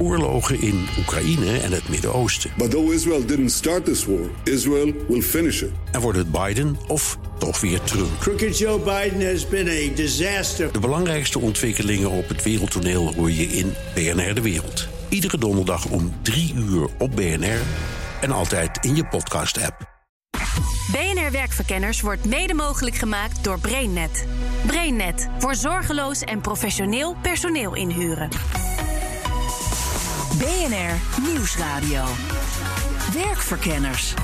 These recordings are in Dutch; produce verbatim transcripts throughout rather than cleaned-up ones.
oorlogen in Oekraïne en het Midden-Oosten. But though Israel didn't start this war, Israel will finish it. En wordt het Biden of toch weer Trump? Crooked Joe Biden has been a disaster. De belangrijkste ontwikkelingen op het wereldtoneel hoor je in B N R De Wereld. Iedere donderdag om drie uur op B N R en altijd in je podcast-app. B N R Werkverkenners wordt mede mogelijk gemaakt door BrainNet. BrainNet, voor zorgeloos en professioneel personeel inhuren. B N R Nieuwsradio. Werkverkenners.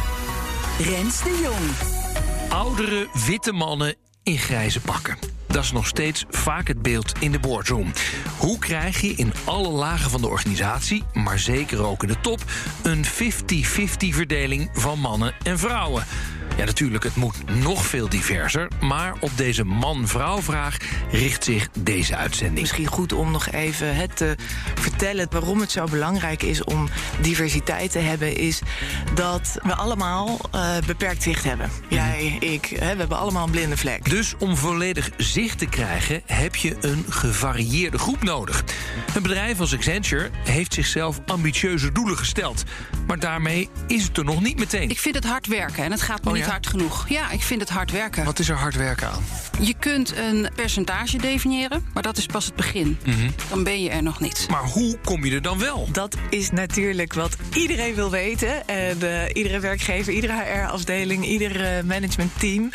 Rens de Jong. Oudere witte mannen in grijze pakken. Dat is nog steeds vaak het beeld in de boardroom. Hoe krijg je in alle lagen van de organisatie, maar zeker ook in de top, een vijftig vijftig verdeling van mannen en vrouwen? Ja, natuurlijk, het moet nog veel diverser, maar op deze man-vrouw-vraag richt zich deze uitzending. Misschien goed om nog even het te vertellen waarom het zo belangrijk is om diversiteit te hebben, is dat we allemaal uh, beperkt zicht hebben. Jij, ik, hè, we hebben allemaal een blinde vlek. Dus om volledig zicht te krijgen heb je een gevarieerde groep nodig. Een bedrijf als Accenture heeft zichzelf ambitieuze doelen gesteld. Maar daarmee is het er nog niet meteen. Ik vind het hard werken en het gaat me Oh, niet ja? hard genoeg. Ja, ik vind het hard werken. Wat is er hard werken aan? Je kunt een percentage definiëren, maar dat is pas het begin. Mm-hmm. Dan ben je er nog niet. Maar hoe kom je er dan wel? Dat is natuurlijk wat iedereen wil weten. En uh, iedere werkgever, iedere H R-afdeling, ieder uh, managementteam.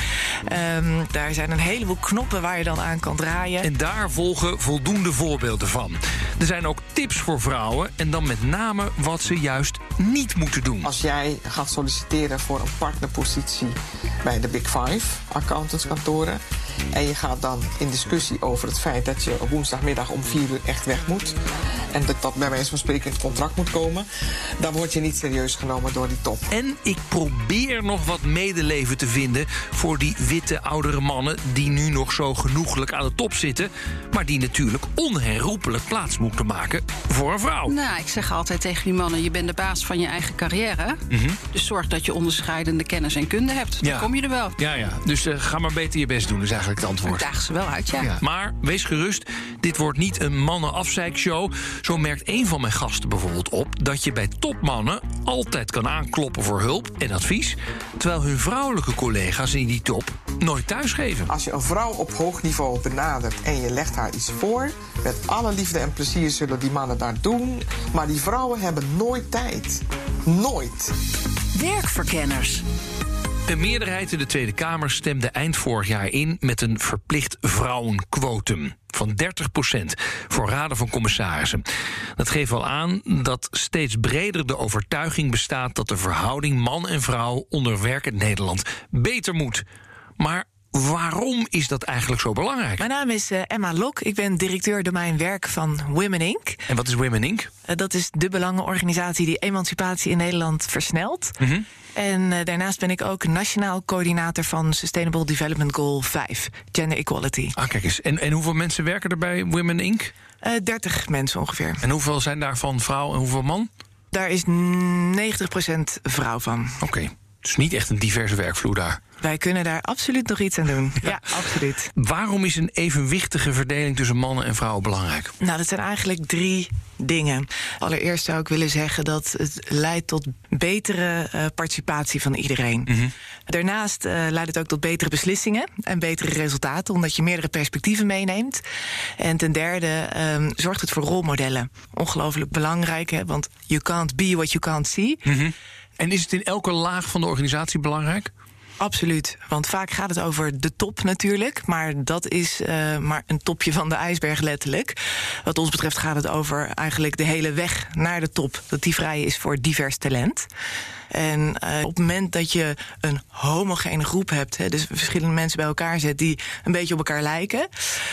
Um, daar zijn een heleboel knoppen waar je dan aan kan draaien. En daar volgen voldoende voorbeelden van. Er zijn ook tips voor vrouwen en dan met name wat ze juist niet moeten doen. Als jij gaat solliciteren voor een partnerpositie bij de Big Five accountantskantoren en je gaat dan in discussie over het feit dat je op woensdagmiddag om vier uur echt weg moet en dat dat bij wijze van spreken in het contract moet komen, dan word je niet serieus genomen door die top. En ik probeer nog wat medeleven te vinden voor die witte oudere mannen die nu nog zo genoeglijk aan de top zitten, maar die natuurlijk onherroepelijk plaats moeten maken voor een vrouw. Nou, ik zeg altijd tegen die mannen, je bent de baas van je eigen carrière. Mm-hmm. Dus zorg dat je onderscheidende kennis en kunde hebt. Dan Ja. kom je er wel. Ja, ja. Dus uh, ga maar beter je best doen, is eigenlijk het Ik antwoord. daag ze wel uit, ja. Ja. Maar wees gerust, dit wordt niet een mannen-afzeikshow. Zo merkt een van mijn gasten bijvoorbeeld op dat je bij topmannen altijd kan aankloppen voor hulp en advies, terwijl hun vrouwelijke collega's in die top nooit thuisgeven. Als je een vrouw op hoog niveau benadert en je legt haar iets voor, met alle liefde en plezier zullen die mannen daar doen, maar die vrouwen hebben nooit tijd. Nooit. Werkverkenners. Een meerderheid in de Tweede Kamer stemde eind vorig jaar in met een verplicht vrouwenquotum van dertig procent voor raden van commissarissen. Dat geeft wel aan dat steeds breder de overtuiging bestaat dat de verhouding man en vrouw onder werkend Nederland beter moet. Maar waarom is dat eigenlijk zo belangrijk? Mijn naam is uh, Emma Lok. Ik ben directeur domein werk van Women Incorporated. En wat is Women Incorporated? Uh, dat is de belangenorganisatie die emancipatie in Nederland versnelt. Mm-hmm. En uh, daarnaast ben ik ook nationaal coördinator van Sustainable Development Goal vijf, Gender Equality. Ah, kijk eens. En, en hoeveel mensen werken er bij Women Incorporated? Uh, dertig mensen ongeveer. En hoeveel zijn daarvan vrouw en hoeveel man? Daar is negentig procent vrouw van. Oké, okay. Dus niet echt een diverse werkvloer daar. Wij kunnen daar absoluut nog iets aan doen. Ja, ja, absoluut. Waarom is een evenwichtige verdeling tussen mannen en vrouwen belangrijk? Nou, dat zijn eigenlijk drie dingen. Allereerst zou ik willen zeggen dat het leidt tot betere uh, participatie van iedereen. Mm-hmm. Daarnaast uh, leidt het ook tot betere beslissingen en betere resultaten, omdat je meerdere perspectieven meeneemt. En ten derde um, zorgt het voor rolmodellen. Ongelooflijk belangrijk, hè? Want you can't be what you can't see. Mm-hmm. En is het in elke laag van de organisatie belangrijk? Absoluut, want vaak gaat het over de top natuurlijk, maar dat is uh, maar een topje van de ijsberg letterlijk. Wat ons betreft gaat het over eigenlijk de hele weg naar de top, dat die vrij is voor divers talent. En uh, op het moment dat je een homogene groep hebt, hè, dus verschillende mensen bij elkaar zet die een beetje op elkaar lijken,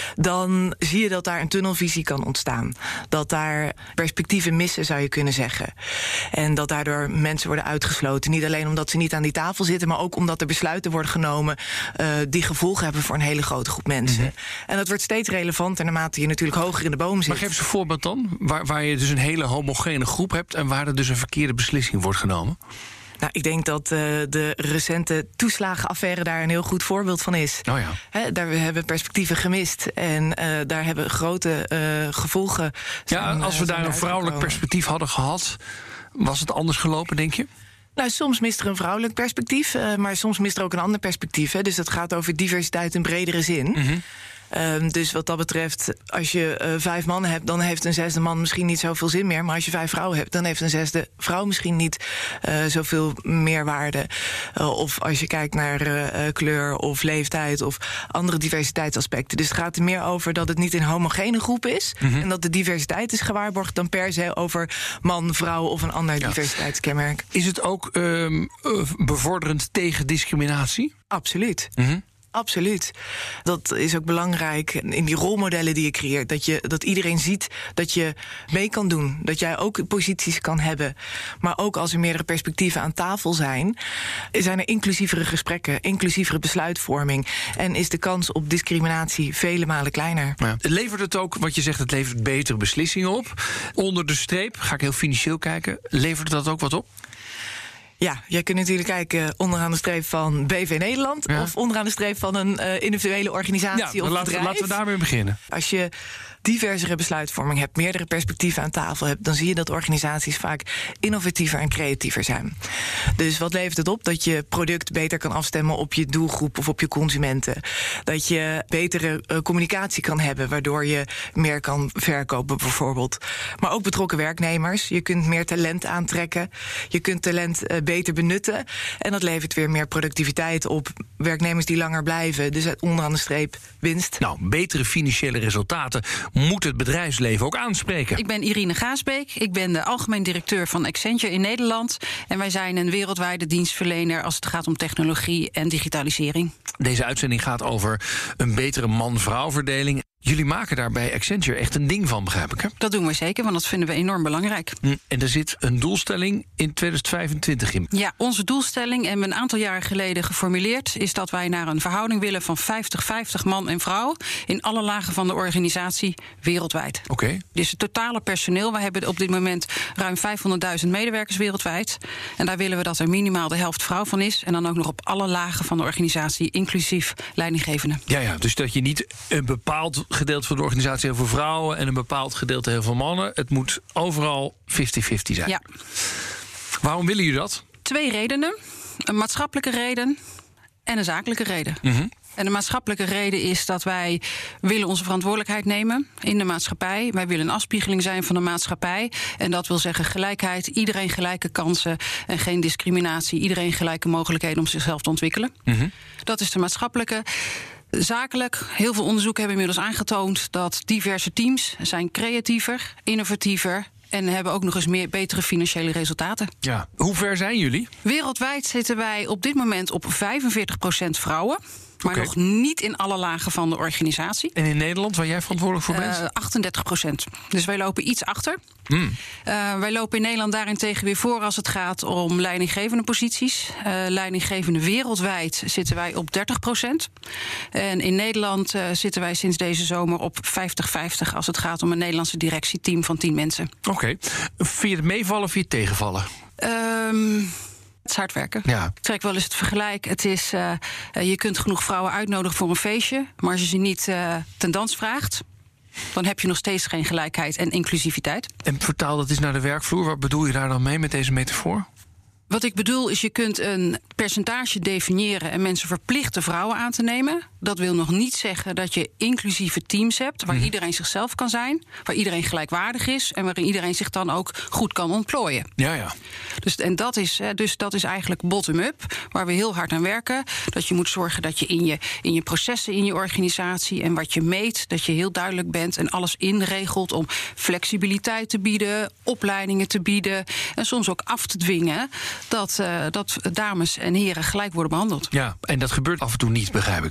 dan zie je dat daar een tunnelvisie kan ontstaan. Dat daar perspectieven missen, zou je kunnen zeggen. En dat daardoor mensen worden uitgesloten. Niet alleen omdat ze niet aan die tafel zitten, maar ook omdat er besluiten worden genomen uh, die gevolgen hebben voor een hele grote groep mensen. Mm-hmm. En dat wordt steeds relevanter naarmate je natuurlijk hoger in de boom zit. Maar geef eens een voorbeeld dan, waar, waar je dus een hele homogene groep hebt en waar er dus een verkeerde beslissing wordt genomen. Nou, ik denk dat uh, de recente toeslagenaffaire daar een heel goed voorbeeld van is. Oh ja. He, daar hebben perspectieven gemist en uh, daar hebben grote uh, gevolgen. Ja, zijn, als we daar een vrouwelijk perspectief hadden gehad, was het anders gelopen, denk je? Nou, soms mist er een vrouwelijk perspectief, uh, maar soms mist er ook een ander perspectief. Hè. Dus dat gaat over diversiteit in bredere zin. Mm-hmm. Um, dus wat dat betreft, als je uh, vijf mannen hebt, dan heeft een zesde man misschien niet zoveel zin meer. Maar als je vijf vrouwen hebt, dan heeft een zesde vrouw misschien niet uh, zoveel meerwaarde. Uh, of als je kijkt naar uh, kleur of leeftijd of andere diversiteitsaspecten. Dus het gaat er meer over dat het niet een homogene groep is. Mm-hmm. En dat de diversiteit is gewaarborgd dan per se over man, vrouw of een ander ja. diversiteitskenmerk. Is het ook uh, bevorderend tegen discriminatie? Absoluut. Mm-hmm. Absoluut. Dat is ook belangrijk in die rolmodellen die je creëert. Dat, je, dat iedereen ziet dat je mee kan doen. Dat jij ook posities kan hebben. Maar ook als er meerdere perspectieven aan tafel zijn, zijn er inclusievere gesprekken, inclusievere besluitvorming. En is de kans op discriminatie vele malen kleiner. Ja. Levert het ook, wat je zegt, het levert betere beslissingen op? Onder de streep, ga ik heel financieel kijken, levert dat ook wat op? Ja, je kunt natuurlijk kijken onderaan de streep van B V Nederland, ja, of onderaan de streep van een uh, individuele organisatie ja, of laten, bedrijf. Laten we daarmee beginnen. Als je diversere besluitvorming hebt, meerdere perspectieven aan tafel hebt, dan zie je dat organisaties vaak innovatiever en creatiever zijn. Dus wat levert het op? Dat je product beter kan afstemmen op je doelgroep of op je consumenten. Dat je betere uh, communicatie kan hebben, waardoor je meer kan verkopen bijvoorbeeld. Maar ook betrokken werknemers. Je kunt meer talent aantrekken. Je kunt talent uh, beter benutten. En dat levert weer meer productiviteit op. Werknemers die langer blijven. Dus onderaan de streep winst. Nou, betere financiële resultaten moet het bedrijfsleven ook aanspreken. Ik ben Irine Gaasbeek. Ik ben de algemeen directeur van Accenture in Nederland. En wij zijn een wereldwijde dienstverlener als het gaat om technologie en digitalisering. Deze uitzending gaat over een betere man-vrouw verdeling. Jullie maken daar bij Accenture echt een ding van, begrijp ik, hè? Dat doen we zeker, want dat vinden we enorm belangrijk. En er zit een doelstelling in twintig vijfentwintig in. Ja, onze doelstelling, en we een aantal jaren geleden geformuleerd, is dat wij naar een verhouding willen van vijftig vijftig man en vrouw in alle lagen van de organisatie wereldwijd. Oké. Okay. Dus het totale personeel, we hebben op dit moment ruim vijfhonderdduizend medewerkers wereldwijd. En daar willen we dat er minimaal de helft vrouw van is. En dan ook nog op alle lagen van de organisatie, inclusief leidinggevenden. Ja, ja, dus dat je niet een bepaald gedeelte van de organisatie heel veel vrouwen en een bepaald gedeelte heel veel mannen. Het moet overal vijftig vijftig zijn. Ja. Waarom willen jullie dat? Twee redenen. Een maatschappelijke reden en een zakelijke reden. Mm-hmm. En de maatschappelijke reden is dat wij willen onze verantwoordelijkheid nemen in de maatschappij. Wij willen een afspiegeling zijn van de maatschappij. En dat wil zeggen gelijkheid, iedereen gelijke kansen en geen discriminatie. Iedereen gelijke mogelijkheden om zichzelf te ontwikkelen. Mm-hmm. Dat is de maatschappelijke. Zakelijk, heel veel onderzoeken hebben inmiddels aangetoond dat diverse teams zijn creatiever, innovatiever en hebben ook nog eens meer betere financiële resultaten. Ja. Hoe ver zijn jullie? Wereldwijd zitten wij op dit moment op vijfenveertig procent vrouwen. Maar okay. nog niet in alle lagen van de organisatie. En in Nederland, waar jij verantwoordelijk voor bent? Uh, achtendertig procent. Dus wij lopen iets achter. Mm. Uh, wij lopen in Nederland daarentegen weer voor als het gaat om leidinggevende posities. Uh, leidinggevende wereldwijd zitten wij op dertig procent. En in Nederland uh, zitten wij sinds deze zomer op vijftig vijftig... als het gaat om een Nederlandse directieteam van tien mensen. Oké. Okay. Vind je het meevallen of vind je het tegenvallen? Um, Het is hard werken. Ja. Ik trek wel eens het vergelijk. Het is, uh, je kunt genoeg vrouwen uitnodigen voor een feestje, maar als je ze niet uh, ten dans vraagt, dan heb je nog steeds geen gelijkheid en inclusiviteit. En vertaal dat eens naar de werkvloer. Wat bedoel je daar dan mee met deze metafoor? Wat ik bedoel is, je kunt een percentage definiëren en mensen verplichten vrouwen aan te nemen. Dat wil nog niet zeggen dat je inclusieve teams hebt, waar mm. iedereen zichzelf kan zijn, waar iedereen gelijkwaardig is en waarin iedereen zich dan ook goed kan ontplooien. Ja, ja. Dus, en dat is, dus dat is eigenlijk bottom-up, waar we heel hard aan werken. Dat je moet zorgen dat je in je, in je processen, in je organisatie en wat je meet, dat je heel duidelijk bent en alles inregelt om flexibiliteit te bieden, opleidingen te bieden en soms ook af te dwingen dat, uh, dat dames en heren gelijk worden behandeld. Ja, en dat gebeurt af en toe niet, begrijp ik.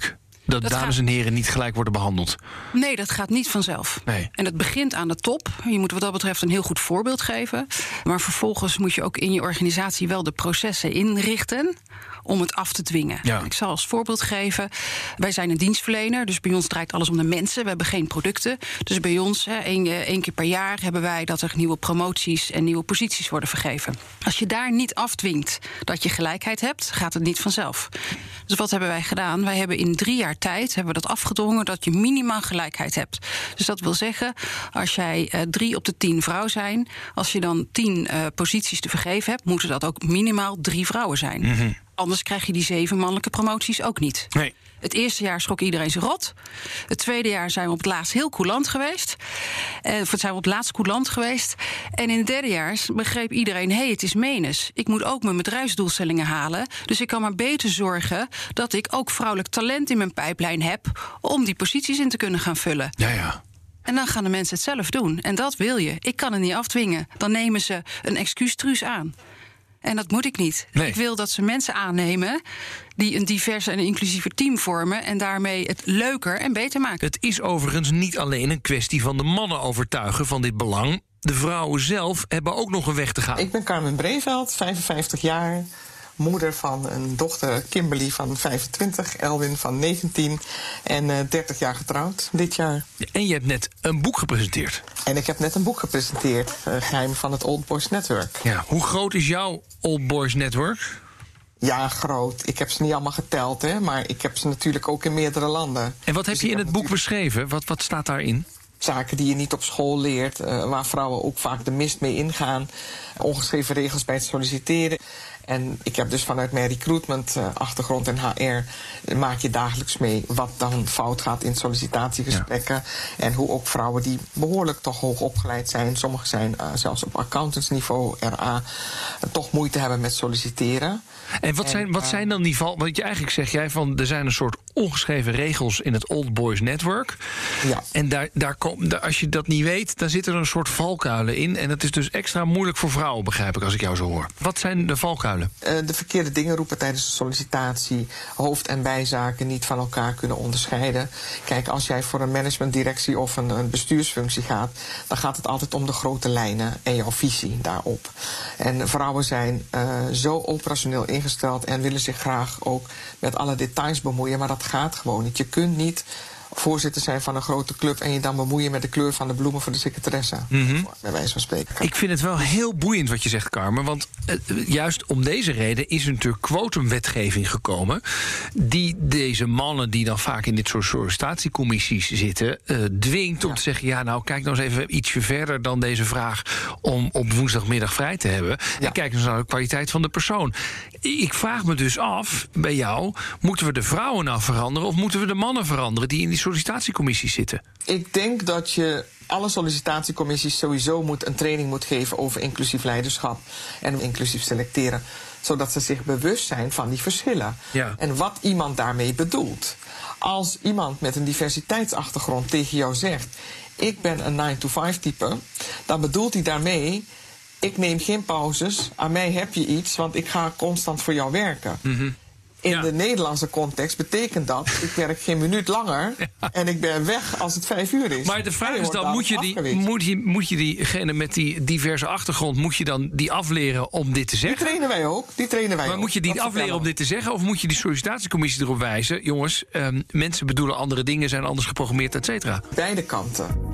dat, Dat dames gaat- en heren niet gelijk worden behandeld. Nee, dat gaat niet vanzelf. Nee. En dat begint aan de top. Je moet wat dat betreft een heel goed voorbeeld geven. Maar vervolgens moet je ook in je organisatie wel de processen inrichten om het af te dwingen. Ja. Ik zal als voorbeeld geven. Wij zijn een dienstverlener, dus bij ons draait alles om de mensen. We hebben geen producten. Dus bij ons, hè, één, één keer per jaar, hebben wij dat er nieuwe promoties en nieuwe posities worden vergeven. Als je daar niet afdwingt dat je gelijkheid hebt, gaat het niet vanzelf. Dus wat hebben wij gedaan? Wij hebben in drie jaar tijd hebben we dat afgedwongen dat je minimaal gelijkheid hebt. Dus dat wil zeggen, als jij uh, drie op de tien vrouw zijn, als je dan tien uh, posities te vergeven hebt, moeten dat ook minimaal drie vrouwen zijn. Mm-hmm. Anders krijg je die zeven mannelijke promoties ook niet. Nee. Het eerste jaar schrok iedereen zich rot. Het tweede jaar zijn we op het laatst heel coulant geweest. Eh, of zijn we op het laatst coulant geweest. En in het derde jaar begreep iedereen, hé, hey, het is menens. Ik moet ook mijn bedrijfsdoelstellingen halen. Dus ik kan maar beter zorgen dat ik ook vrouwelijk talent in mijn pijplijn heb om die posities in te kunnen gaan vullen. Ja, ja. En dan gaan de mensen het zelf doen. En dat wil je. Ik kan het niet afdwingen. Dan nemen ze een excuustruus aan. En dat moet ik niet. Nee. Ik wil dat ze mensen aannemen die een divers en inclusiever team vormen en daarmee het leuker en beter maken. Het is overigens niet alleen een kwestie van de mannen overtuigen van dit belang. De vrouwen zelf hebben ook nog een weg te gaan. Ik ben Carmen Breveld, vijfenvijftig jaar. Moeder van een dochter, Kimberly, van vijfentwintig, Elwin van negentien en uh, dertig jaar getrouwd dit jaar. En je hebt net een boek gepresenteerd. En ik heb net een boek gepresenteerd, uh, Geheim van het Old Boys Network. Ja, hoe groot is jouw Old Boys Network? Ja, groot. Ik heb ze niet allemaal geteld, hè, maar ik heb ze natuurlijk ook in meerdere landen. En wat heb Dus je ik in heb het boek natuurlijk beschreven? Wat, wat staat daarin? Zaken die je niet op school leert, uh, waar vrouwen ook vaak de mist mee ingaan. Ongeschreven regels bij het solliciteren. En ik heb dus vanuit mijn recruitment uh, achtergrond en H R maak je dagelijks mee wat dan fout gaat in sollicitatiegesprekken. Ja. En hoe ook vrouwen die behoorlijk toch hoog opgeleid zijn, sommigen zijn uh, zelfs op accountantsniveau, R A, uh, toch moeite hebben met solliciteren. En wat zijn, wat zijn dan die val? Want je eigenlijk zeg jij van er zijn een soort ongeschreven regels in het Old Boys Network. Ja. En daar, daar kom, daar, als je dat niet weet, dan zitten er een soort valkuilen in. En dat is dus extra moeilijk voor vrouwen, begrijp ik, als ik jou zo hoor. Wat zijn de valkuilen? Uh, de verkeerde dingen roepen tijdens de sollicitatie. Hoofd- en bijzaken niet van elkaar kunnen onderscheiden. Kijk, als jij voor een managementdirectie of een, een bestuursfunctie gaat, dan gaat het altijd om de grote lijnen en jouw visie daarop. En vrouwen zijn uh, zo operationeel ingesteld en willen zich graag ook met alle details bemoeien, maar dat gaat gewoon niet. Je kunt niet voorzitter zijn van een grote club en je dan bemoeien met de kleur van de bloemen voor de secretaresse. Mm-hmm. Bij wijze van spreken. Ik vind het wel heel boeiend wat je zegt, Carmen. Want uh, juist om deze reden is er natuurlijk quotumwetgeving gekomen die deze mannen die dan vaak in dit soort sollicitatiecommissies zitten uh, dwingt om ja. te zeggen, ja, nou, kijk nou eens even ietsje verder dan deze vraag om op woensdagmiddag vrij te hebben. Ja. En kijk eens naar de kwaliteit van de persoon. Ik vraag me dus af, bij jou, moeten we de vrouwen nou veranderen of moeten we de mannen veranderen die in die sollicitatiecommissies zitten? Ik denk dat je alle sollicitatiecommissies sowieso moet een training moet geven over inclusief leiderschap en inclusief selecteren, zodat ze zich bewust zijn van die verschillen. Ja. En wat iemand daarmee bedoelt. Als iemand met een diversiteitsachtergrond tegen jou zegt, ik ben een nine to five type, dan bedoelt hij daarmee, ik neem geen pauzes, aan mij heb je iets, want ik ga constant voor jou werken. Mm-hmm. In ja. de Nederlandse context betekent dat, ik werk geen minuut langer ja. en ik ben weg als het vijf uur is. Maar de vraag is dan, moet je, die, moet, je, moet je diegene met die diverse achtergrond, moet je dan die afleren om dit te zeggen? Die trainen wij ook. Die trainen wij maar ook. moet je die dat afleren om dit te zeggen? Of moet je die sollicitatiecommissie erop wijzen, jongens, um, mensen bedoelen andere dingen, zijn anders geprogrammeerd, et cetera? Beide kanten.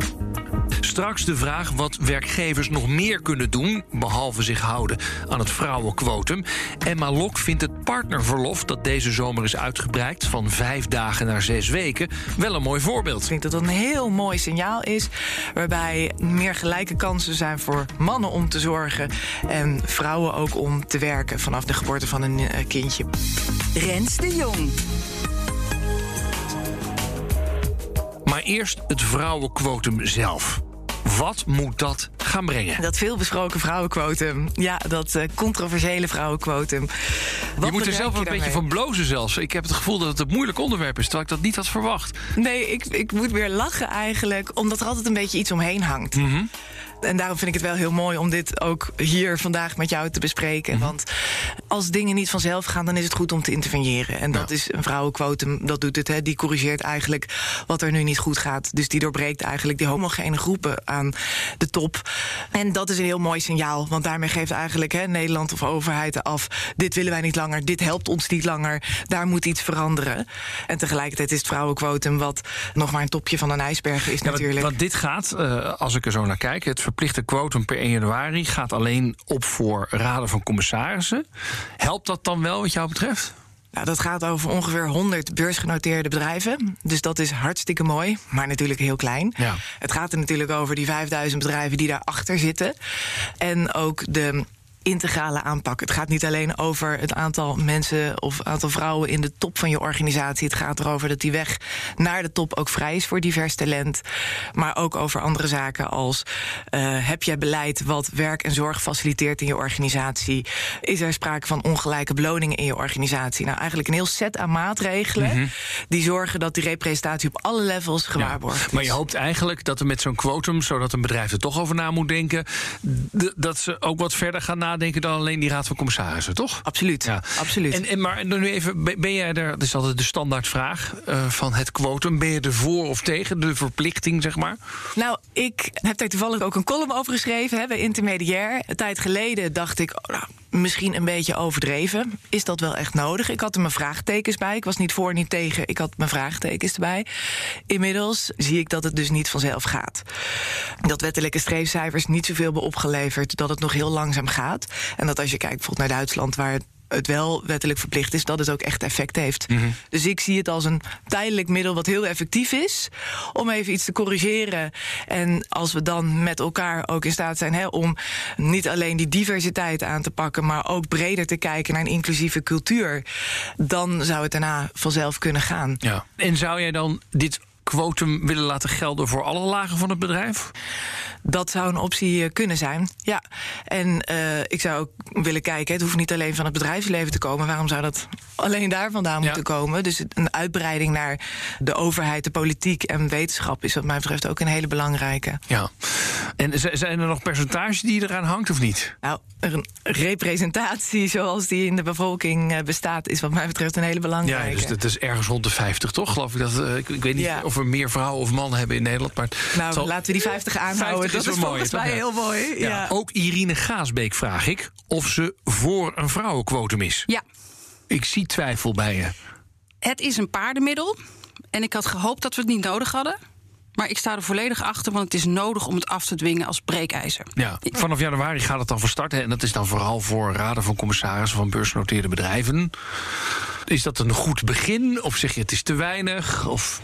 Straks de vraag wat werkgevers nog meer kunnen doen, behalve zich houden aan het vrouwenquotum. Emma Lok vindt het partnerverlof dat deze zomer is uitgebreid van vijf dagen naar zes weken wel een mooi voorbeeld. Ik denk dat dat een heel mooi signaal is, waarbij meer gelijke kansen zijn voor mannen om te zorgen en vrouwen ook om te werken vanaf de geboorte van een uh, kindje. Rens de Jong. Maar eerst het vrouwenquotum zelf. Wat moet dat gaan brengen? Dat veelbesproken vrouwenquotum. Ja, dat uh, controversiële vrouwenquotum. Wat je moet er zelf wel een daarmee? beetje van blozen zelfs. Ik heb het gevoel dat het een moeilijk onderwerp is, terwijl ik dat niet had verwacht. Nee, ik, ik moet weer lachen eigenlijk, omdat er altijd een beetje iets omheen hangt. Mm-hmm. En daarom vind ik het wel heel mooi om dit ook hier vandaag met jou te bespreken. Mm-hmm. Want als dingen niet vanzelf gaan, dan is het goed om te interveneren. En dat Ja. is een vrouwenquotum, dat doet het. Hè. Die corrigeert eigenlijk wat er nu niet goed gaat. Dus die doorbreekt eigenlijk die homogene groepen aan de top. En dat is een heel mooi signaal. Want daarmee geeft eigenlijk hè, Nederland of overheid af, dit willen wij niet langer, dit helpt ons niet langer, daar moet iets veranderen. En tegelijkertijd is het vrouwenquotum wat nog maar een topje van een ijsberg is Ja, natuurlijk. want, want dit gaat, uh, als ik er zo naar kijk, het verplichte quotum per één januari gaat alleen op voor raden van commissarissen. Helpt dat dan wel wat jou betreft? Nou, dat gaat over ongeveer honderd beursgenoteerde bedrijven. Dus dat is hartstikke mooi, maar natuurlijk heel klein. Ja. Het gaat er natuurlijk over die vijfduizend bedrijven die daarachter zitten. En ook de integrale aanpak. Het gaat niet alleen over het aantal mensen of aantal vrouwen in de top van je organisatie. Het gaat erover dat die weg naar de top ook vrij is voor divers talent. Maar ook over andere zaken als uh, heb jij beleid wat werk en zorg faciliteert in je organisatie? Is er sprake van ongelijke beloningen in je organisatie? Nou, eigenlijk een heel set aan maatregelen mm-hmm. die zorgen dat die representatie op alle levels gewaarborgd is. Maar je hoopt eigenlijk dat er met zo'n quotum, zodat een bedrijf er toch over na moet denken, d- dat ze ook wat verder gaan nadenken dan alleen die raad van commissarissen, toch? Absoluut, ja. absoluut. En, en maar nu even, ben jij er, dat is altijd de standaardvraag uh, van het quotum, ben je er voor of tegen, de verplichting, zeg maar? Nou, ik heb daar toevallig ook een column over geschreven, hè, bij Intermediair. Een tijd geleden dacht ik, oh, nou, misschien een beetje overdreven. Is dat wel echt nodig? Ik had er mijn vraagtekens bij. Ik was niet voor, niet tegen. Ik had mijn vraagtekens erbij. Inmiddels zie ik dat het dus niet vanzelf gaat. Dat wettelijke streefcijfers niet zoveel hebben opgeleverd, dat het nog heel langzaam gaat. En dat als je kijkt bijvoorbeeld naar Duitsland, waar het het wel wettelijk verplicht is, dat het ook echt effect heeft. Mm-hmm. Dus ik zie het als een tijdelijk middel wat heel effectief is om even iets te corrigeren. En als we dan met elkaar ook in staat zijn hè, om niet alleen die diversiteit aan te pakken, maar ook breder te kijken naar een inclusieve cultuur, dan zou het daarna vanzelf kunnen gaan. Ja. En zou jij dan dit quotum willen laten gelden voor alle lagen van het bedrijf? Dat zou een optie uh, kunnen zijn, ja. En uh, ik zou ook willen kijken, het hoeft niet alleen van het bedrijfsleven te komen. Waarom zou dat alleen daar vandaan ja. moeten komen? Dus een uitbreiding naar de overheid, de politiek en wetenschap is wat mij betreft ook een hele belangrijke. Ja. En z- zijn er nog percentages die eraan hangt of niet? Nou, een representatie zoals die in de bevolking uh, bestaat is wat mij betreft een hele belangrijke. Ja, dus dat is ergens rond de vijftig, toch? Geloof ik dat. Uh, ik, ik weet niet ja. of we meer vrouwen of mannen hebben in Nederland. Maar nou, zal... laten we die vijftig aanhouden. vijftig dat is, is volgens mooi, mij heel mooi. Ja. Ja. Ook Irine Gaasbeek vraag ik of ze voor een vrouwenquotum is. Ja. Ik zie twijfel bij je. Het is een paardenmiddel. En ik had gehoopt dat we het niet nodig hadden. Maar ik sta er volledig achter, want het is nodig om het af te dwingen als breekijzer. Ja, vanaf januari gaat het dan van start. En dat is dan vooral voor raden van commissarissen van beursgenoteerde bedrijven. Is dat een goed begin? Of zeg je het is te weinig? Of...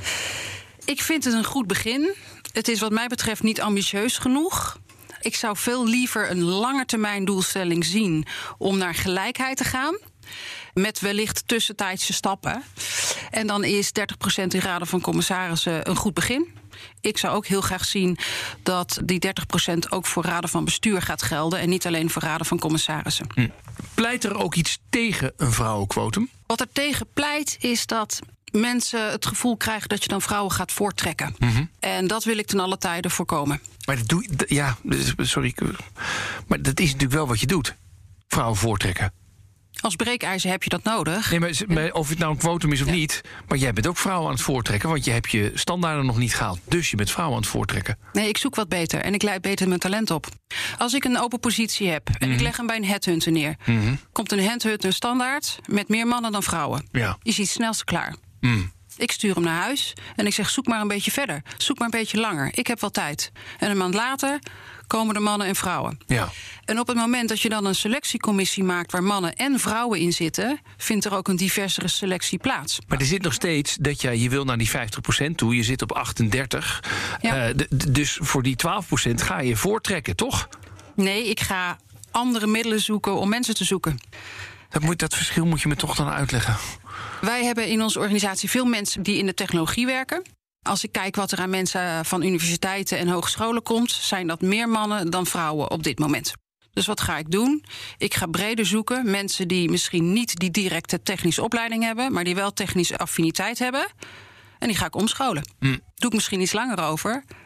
Ik vind het een goed begin. Het is wat mij betreft niet ambitieus genoeg. Ik zou veel liever een langetermijn doelstelling zien om naar gelijkheid te gaan. Met wellicht tussentijdse stappen. En dan is dertig procent in raden van commissarissen een goed begin. Ik zou ook heel graag zien dat die dertig procent ook voor raden van bestuur gaat gelden en niet alleen voor raden van commissarissen. Hm. Pleit er ook iets tegen een vrouwenquotum? Wat er tegen pleit is dat mensen het gevoel krijgen dat je dan vrouwen gaat voortrekken. Mm-hmm. En dat wil ik ten alle tijde voorkomen. Maar dat doe ja, sorry. Maar dat is natuurlijk wel wat je doet. Vrouwen voortrekken. Als breekijzer heb je dat nodig. Nee, maar, maar of het nou een quotum is of ja. niet, maar jij bent ook vrouwen aan het voortrekken, want je hebt je standaarden nog niet gehaald. Dus je bent vrouwen aan het voortrekken. Nee, ik zoek wat beter en ik leid beter mijn talent op. Als ik een open positie heb en mm-hmm. ik leg hem bij een headhunter neer, mm-hmm. komt een headhunter standaard met meer mannen dan vrouwen. Ja. Je ziet het snelst klaar. Mm. Ik stuur hem naar huis en ik zeg zoek maar een beetje verder. Zoek maar een beetje langer. Ik heb wel tijd. En een maand later komen er mannen en vrouwen. Ja. En op het moment dat je dan een selectiecommissie maakt waar mannen en vrouwen in zitten, vindt er ook een diversere selectie plaats. Maar er zit nog steeds dat je, je wil naar die vijftig procent toe. Je zit op achtendertig. Ja. Uh, d- d- dus voor die twaalf procent ga je voortrekken, toch? Nee, ik ga andere middelen zoeken om mensen te zoeken. Dat, moet, dat verschil moet je me toch dan uitleggen. Wij hebben in onze organisatie veel mensen die in de technologie werken. Als ik kijk wat er aan mensen van universiteiten en hogescholen komt, zijn dat meer mannen dan vrouwen op dit moment. Dus wat ga ik doen? Ik ga breder zoeken. Mensen die misschien niet die directe technische opleiding hebben, maar die wel technische affiniteit hebben. En die ga ik omscholen. Mm. Doe ik misschien iets langer over.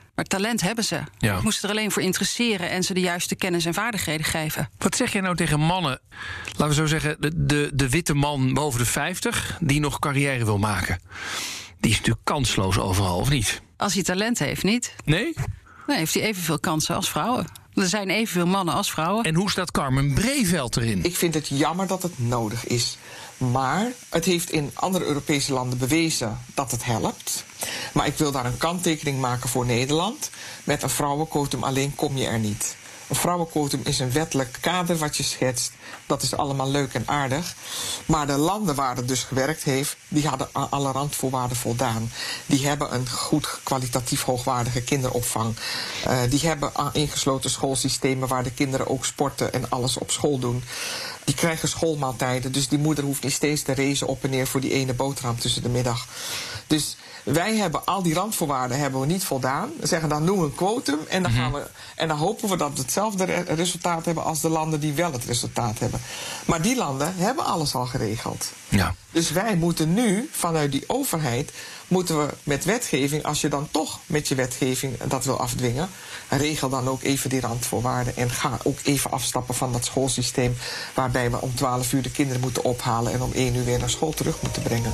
Maar talent hebben ze. Ja. Je moest er alleen voor interesseren en ze de juiste kennis en vaardigheden geven. Wat zeg jij nou tegen mannen, laten we zo zeggen, de, de, de witte man boven de vijftig... die nog carrière wil maken? Die is natuurlijk kansloos overal, of niet? Als hij talent heeft, niet. Nee? Nee, heeft hij evenveel kansen als vrouwen. Er zijn evenveel mannen als vrouwen. En hoe staat Carmen Breveld erin? Ik vind het jammer dat het nodig is. Maar het heeft in andere Europese landen bewezen dat het helpt. Maar ik wil daar een kanttekening maken voor Nederland. Met een vrouwenquotum alleen kom je er niet. Een vrouwenquotum is een wettelijk kader wat je schetst. Dat is allemaal leuk en aardig. Maar de landen waar het dus gewerkt heeft, die hadden aan alle randvoorwaarden voldaan. Die hebben een goed kwalitatief hoogwaardige kinderopvang. Uh, die hebben ingesloten schoolsystemen waar de kinderen ook sporten en alles op school doen. Die krijgen schoolmaaltijden, dus die moeder hoeft niet steeds te racen op en neer voor die ene boterham tussen de middag. Dus wij hebben al die randvoorwaarden hebben we niet voldaan. We zeggen dan noem een quotum en dan, gaan we, en dan hopen we dat we hetzelfde re- resultaat hebben als de landen die wel het resultaat hebben. Maar die landen hebben alles al geregeld. Ja. Dus wij moeten nu vanuit die overheid moeten we met wetgeving, als je dan toch met je wetgeving dat wil afdwingen, regel dan ook even die randvoorwaarden en ga ook even afstappen van dat schoolsysteem waarbij we om twaalf uur de kinderen moeten ophalen en om één uur weer naar school terug moeten brengen.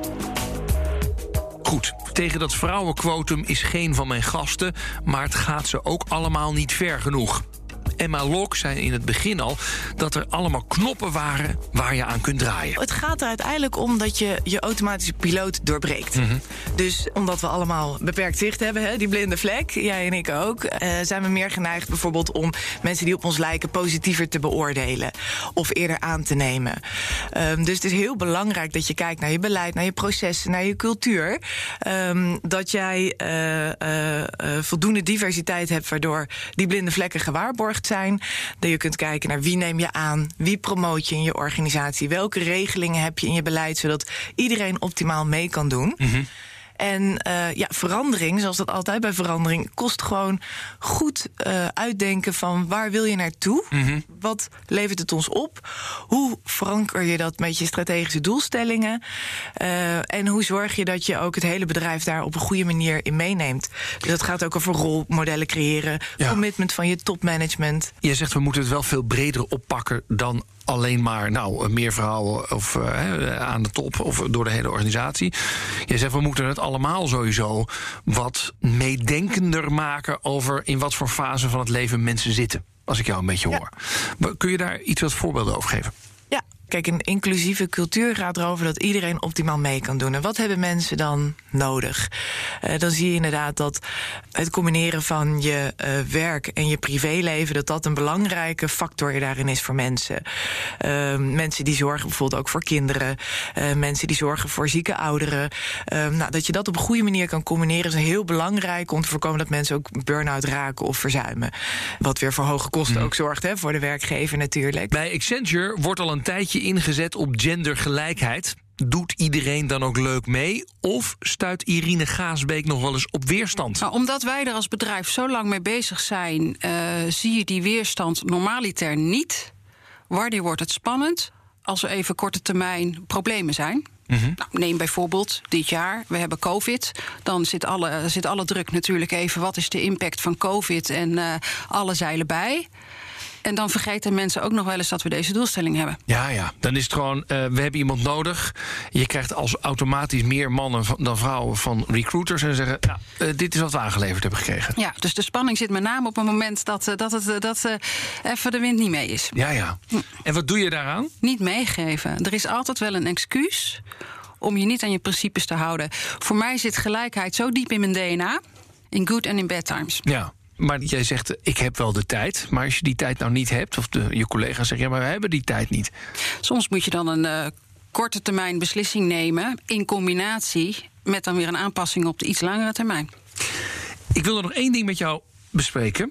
Goed, tegen dat vrouwenquotum is geen van mijn gasten, maar het gaat ze ook allemaal niet ver genoeg. Emma Lok zei in het begin al dat er allemaal knoppen waren waar je aan kunt draaien. Het gaat er uiteindelijk om dat je je automatische piloot doorbreekt. Mm-hmm. Dus omdat we allemaal beperkt zicht hebben, hè, die blinde vlek, jij en ik ook, uh, zijn we meer geneigd bijvoorbeeld om mensen die op ons lijken positiever te beoordelen of eerder aan te nemen. Um, dus het is heel belangrijk dat je kijkt naar je beleid, naar je processen, naar je cultuur. Um, dat jij uh, uh, uh, voldoende diversiteit hebt waardoor die blinde vlekken gewaarborgd zijn. Dat je kunt kijken naar wie neem je aan, wie promoot je in je organisatie, welke regelingen heb je in je beleid, zodat iedereen optimaal mee kan doen. Mm-hmm. En uh, ja, verandering, zoals dat altijd bij verandering, kost gewoon goed uh, uitdenken van waar wil je naartoe? Mm-hmm. Wat levert het ons op? Hoe veranker je dat met je strategische doelstellingen? Uh, en hoe zorg je dat je ook het hele bedrijf daar op een goede manier in meeneemt? Dus dat gaat ook over rolmodellen creëren, ja. Commitment van je topmanagement. Je zegt we moeten het wel veel breder oppakken dan alleen maar nou, meer vrouwen of, uh, aan de top of door de hele organisatie. Je zegt we moeten het allemaal sowieso wat meedenkender maken over in wat voor fase van het leven mensen zitten. Als ik jou een beetje hoor. Ja. Kun je daar iets wat voorbeelden over geven? Ja. Kijk, een inclusieve cultuur gaat erover dat iedereen optimaal mee kan doen. En wat hebben mensen dan nodig? Uh, dan zie je inderdaad dat het combineren van je uh, werk en je privéleven, dat dat een belangrijke factor daarin is voor mensen. Uh, mensen die zorgen bijvoorbeeld ook voor kinderen. Uh, mensen die zorgen voor zieke ouderen. Uh, nou, dat je dat op een goede manier kan combineren is heel belangrijk om te voorkomen dat mensen ook burn-out raken of verzuimen. Wat weer voor hoge kosten mm. ook zorgt, hè, voor de werkgever natuurlijk. Bij Accenture wordt al een tijdje ingezet op gendergelijkheid. Doet iedereen dan ook leuk mee? Of stuit Irine Gaasbeek nog wel eens op weerstand? Nou, omdat wij er als bedrijf zo lang mee bezig zijn, Uh, zie je die weerstand normaliter niet. Wanneer wordt het spannend? Als er even korte termijn problemen zijn. Mm-hmm. Nou, neem bijvoorbeeld dit jaar, we hebben COVID. Dan zit alle, zit alle druk natuurlijk even, wat is de impact van COVID en uh, alle zeilen bij. En dan vergeten mensen ook nog wel eens dat we deze doelstelling hebben. Ja, ja. Dan is het gewoon, uh, we hebben iemand nodig. Je krijgt als automatisch meer mannen dan vrouwen van recruiters. En zeggen, nou, uh, dit is wat we aangeleverd hebben gekregen. Ja, dus de spanning zit met name op het moment dat, uh, dat, het, uh, dat uh, even de wind niet mee is. Ja, ja. Hm. En wat doe je daaraan? Niet meegeven. Er is altijd wel een excuus om je niet aan je principes te houden. Voor mij zit gelijkheid zo diep in mijn D N A. In good en in bad times. Ja. Maar jij zegt, ik heb wel de tijd. Maar als je die tijd nou niet hebt, of de, je collega's zeggen, ja, maar we hebben die tijd niet. Soms moet je dan een uh, korte termijn beslissing nemen in combinatie met dan weer een aanpassing op de iets langere termijn. Ik wil er nog één ding met jou bespreken.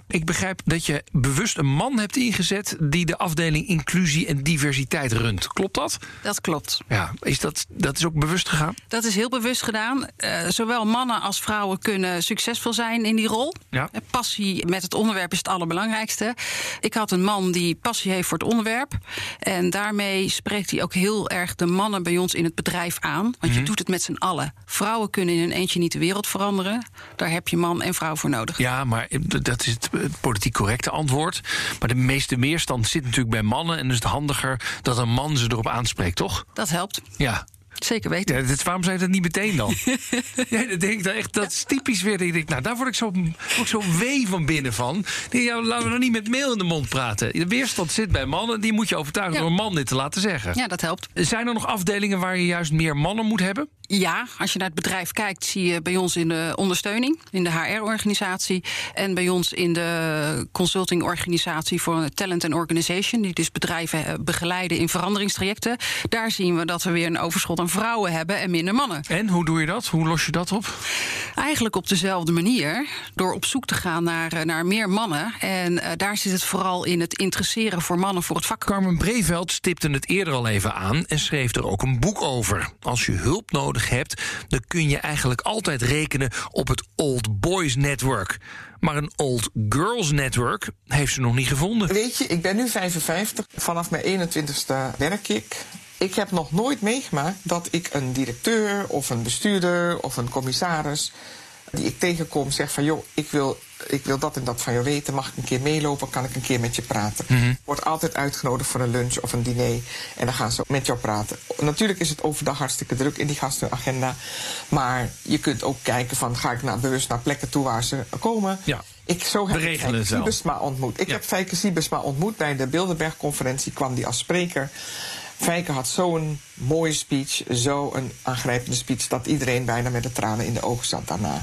Ik begrijp dat je bewust een man hebt ingezet die de afdeling inclusie en diversiteit runt. Klopt dat? Dat klopt. Ja, is dat, dat is ook bewust gegaan? Dat is heel bewust gedaan. Uh, zowel mannen als vrouwen kunnen succesvol zijn in die rol. Ja. Passie met het onderwerp is het allerbelangrijkste. Ik had een man die passie heeft voor het onderwerp. En daarmee spreekt hij ook heel erg de mannen bij ons in het bedrijf aan. Want mm-hmm. je doet het met z'n allen. Vrouwen kunnen in een eentje niet de wereld veranderen. Daar heb je man en vrouw voor nodig. Ja, maar dat is het politiek correcte antwoord. Maar de meeste weerstand zit natuurlijk bij mannen. En dus het handiger dat een man ze erop aanspreekt, toch? Dat helpt. Ja. Zeker weten. Ja, dit, waarom zei je dat niet meteen dan? Ja, dat denk ik dan echt, dat is typisch weer. Ik denk, nou, daar word ik zo, ook zo wee van binnen van. Nee, ja, laten we nog niet met meel in de mond praten. De weerstand zit bij mannen. Die moet je overtuigen ja. door een man dit te laten zeggen. Ja, dat helpt. Zijn er nog afdelingen waar je juist meer mannen moet hebben? Ja, als je naar het bedrijf kijkt, zie je bij ons in de ondersteuning, in de H R-organisatie en bij ons in de consulting-organisatie voor talent and organization, die dus bedrijven begeleiden in veranderingstrajecten. Daar zien we dat we weer een overschot aan vrouwen hebben en minder mannen. En hoe doe je dat? Hoe los je dat op? Eigenlijk op dezelfde manier, door op zoek te gaan naar, naar meer mannen. En uh, daar zit het vooral in het interesseren voor mannen voor het vak. Carmen Breveld stipte het eerder al even aan en schreef er ook een boek over. Als je hulp nodig hebt, dan kun je eigenlijk altijd rekenen op het Old Boys Network. Maar een Old Girls Network heeft ze nog niet gevonden. Weet je, ik ben nu vijfenvijftig. Vanaf mijn eenentwintigste werk ik. Ik heb nog nooit meegemaakt dat ik een directeur of een bestuurder of een commissaris die ik tegenkom zeg van joh, ik wil, ik wil dat en dat van jou weten. Mag ik een keer meelopen? Kan ik een keer met je praten? Mm-hmm. Wordt altijd uitgenodigd voor een lunch of een diner. En dan gaan ze met jou praten. Natuurlijk is het overdag hartstikke druk in die gastenagenda. Maar je kunt ook kijken van ga ik nou bewust naar plekken toe waar ze komen. Ja. Ik, zo heb ik Fijke Siebesma ontmoet. Ik ja. heb Fijke Siebesma ontmoet bij de Bilderberg-conferentie. Kwam die als spreker. Fijke had zo'n mooie speech, zo'n aangrijpende speech dat iedereen bijna met de tranen in de ogen zat daarna.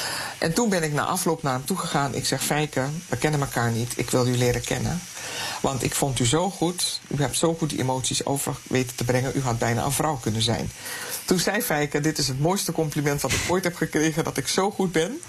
En toen ben ik na afloop naar hem toegegaan. Ik zeg, Fijke, we kennen elkaar niet. Ik wil u leren kennen. Want ik vond u zo goed. U hebt zo goed die emoties over weten te brengen. U had bijna een vrouw kunnen zijn. Toen zei Fijke, dit is het mooiste compliment wat ik ooit heb gekregen, dat ik zo goed ben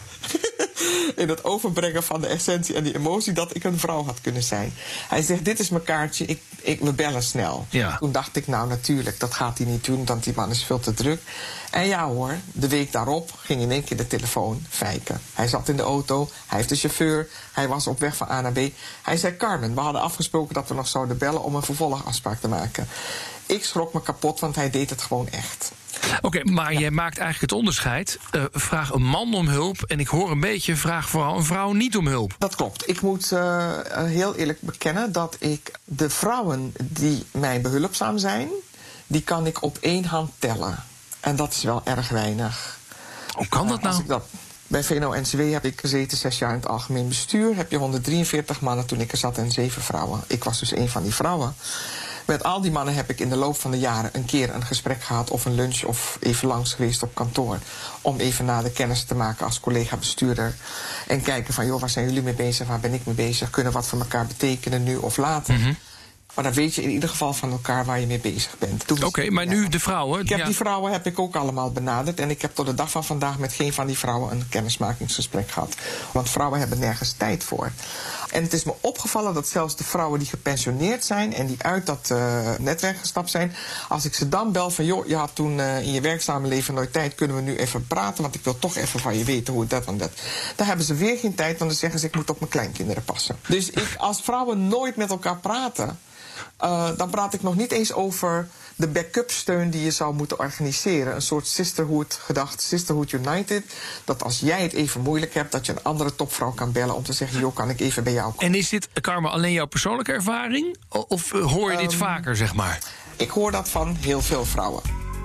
in het overbrengen van de essentie en die emotie dat ik een vrouw had kunnen zijn. Hij zegt, dit is mijn kaartje, ik, ik, we bellen snel. Ja. Toen dacht ik, nou natuurlijk, dat gaat hij niet doen, want die man is veel te druk. En ja hoor, de week daarop ging in één keer de telefoon, Fijke. Hij zat in de auto, hij heeft de chauffeur, hij was op weg van A naar B. Hij zei, Carmen, we hadden afgesproken dat we nog zouden bellen om een vervolgafspraak te maken. Ik schrok me kapot, want hij deed het gewoon echt. Oké, okay, maar ja. jij maakt eigenlijk het onderscheid. Uh, vraag een man om hulp en ik hoor een beetje, vraag vooral een vrouw niet om hulp. Dat klopt. Ik moet uh, heel eerlijk bekennen dat ik de vrouwen die mij behulpzaam zijn, die kan ik op één hand tellen. En dat is wel erg weinig. Hoe kan dat nou? Uh, dat, bij V N O N C W heb ik gezeten zes jaar in het algemeen bestuur. Heb je honderddrieënveertig mannen toen ik er zat en zeven vrouwen. Ik was dus een van die vrouwen. Met al die mannen heb ik in de loop van de jaren een keer een gesprek gehad of een lunch of even langs geweest op kantoor. Om even na de kennis te maken als collega-bestuurder. En kijken van, joh, waar zijn jullie mee bezig, waar ben ik mee bezig? Kunnen we wat voor elkaar betekenen nu of later? Mm-hmm. Maar dan weet je in ieder geval van elkaar waar je mee bezig bent. Oké, okay, maar nu de vrouwen. Ik heb ja. die vrouwen heb ik ook allemaal benaderd. En ik heb tot de dag van vandaag met geen van die vrouwen een kennismakingsgesprek gehad. Want vrouwen hebben nergens tijd voor. En het is me opgevallen dat zelfs de vrouwen die gepensioneerd zijn en die uit dat uh, netwerk gestapt zijn, als ik ze dan bel van, joh, je had toen uh, in je werkzame leven nooit tijd, kunnen we nu even praten, want ik wil toch even van je weten hoe dat en dat. Dan hebben ze weer geen tijd, want dan zeggen ze, ik moet op mijn kleinkinderen passen. Dus ik, als vrouwen nooit met elkaar praten, Uh, dan praat ik nog niet eens over de backup steun die je zou moeten organiseren. Een soort sisterhood gedacht, sisterhood united. Dat als jij het even moeilijk hebt, dat je een andere topvrouw kan bellen om te zeggen, joh, kan ik even bij jou komen. En is dit, Carmen, alleen jouw persoonlijke ervaring? Of hoor je dit um, vaker, zeg maar? Ik hoor dat van heel veel vrouwen.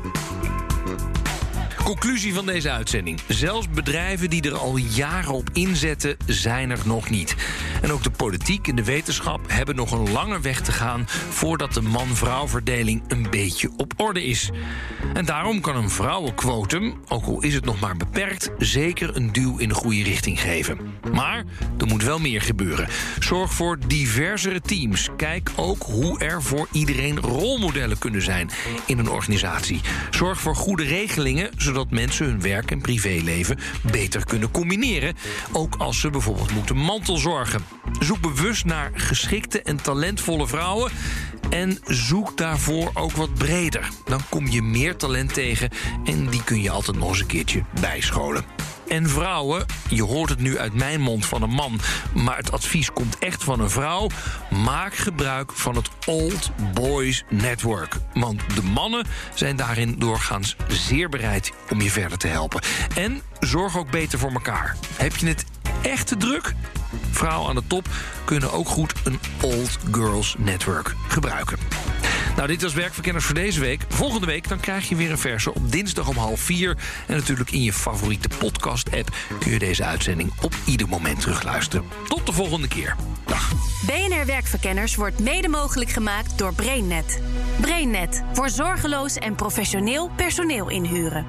Conclusie van deze uitzending. Zelfs bedrijven die er al jaren op inzetten, zijn er nog niet. En ook de politiek en de wetenschap hebben nog een lange weg te gaan voordat de man-vrouw verdeling een beetje op orde is. En daarom kan een vrouwenquotum, ook al is het nog maar beperkt, zeker een duw in de goede richting geven. Maar er moet wel meer gebeuren. Zorg voor diversere teams. Kijk ook hoe er voor iedereen rolmodellen kunnen zijn in een organisatie. Zorg voor goede regelingen, zodat mensen hun werk en privéleven beter kunnen combineren, ook als ze bijvoorbeeld moeten mantelzorgen. Zoek bewust naar geschikte en talentvolle vrouwen en zoek daarvoor ook wat breder. Dan kom je meer talent tegen en die kun je altijd nog eens een keertje bijscholen. En vrouwen, je hoort het nu uit mijn mond van een man, maar het advies komt echt van een vrouw. Maak gebruik van het Old Boys Network. Want de mannen zijn daarin doorgaans zeer bereid om je verder te helpen. En zorg ook beter voor elkaar. Heb je het echt te druk? Vrouwen aan de top kunnen ook goed een Old Girls Network gebruiken. Nou, dit was Werkverkenners voor deze week. Volgende week dan krijg je weer een verse op dinsdag om half vier. En natuurlijk in je favoriete podcast-app kun je deze uitzending op ieder moment terugluisteren. Tot de volgende keer. Dag. B N R Werkverkenners wordt mede mogelijk gemaakt door BrainNet. BrainNet, voor zorgeloos en professioneel personeel inhuren.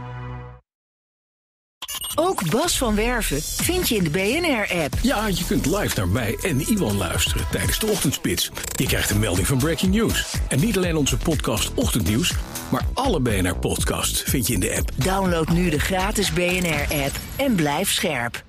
Ook Bas van Werven vind je in de B N R-app. Ja, je kunt live naar mij en Iwan luisteren tijdens de ochtendspits. Je krijgt een melding van Breaking News. En niet alleen onze podcast Ochtendnieuws, maar alle B N R-podcasts vind je in de app. Download nu de gratis B N R-app en blijf scherp.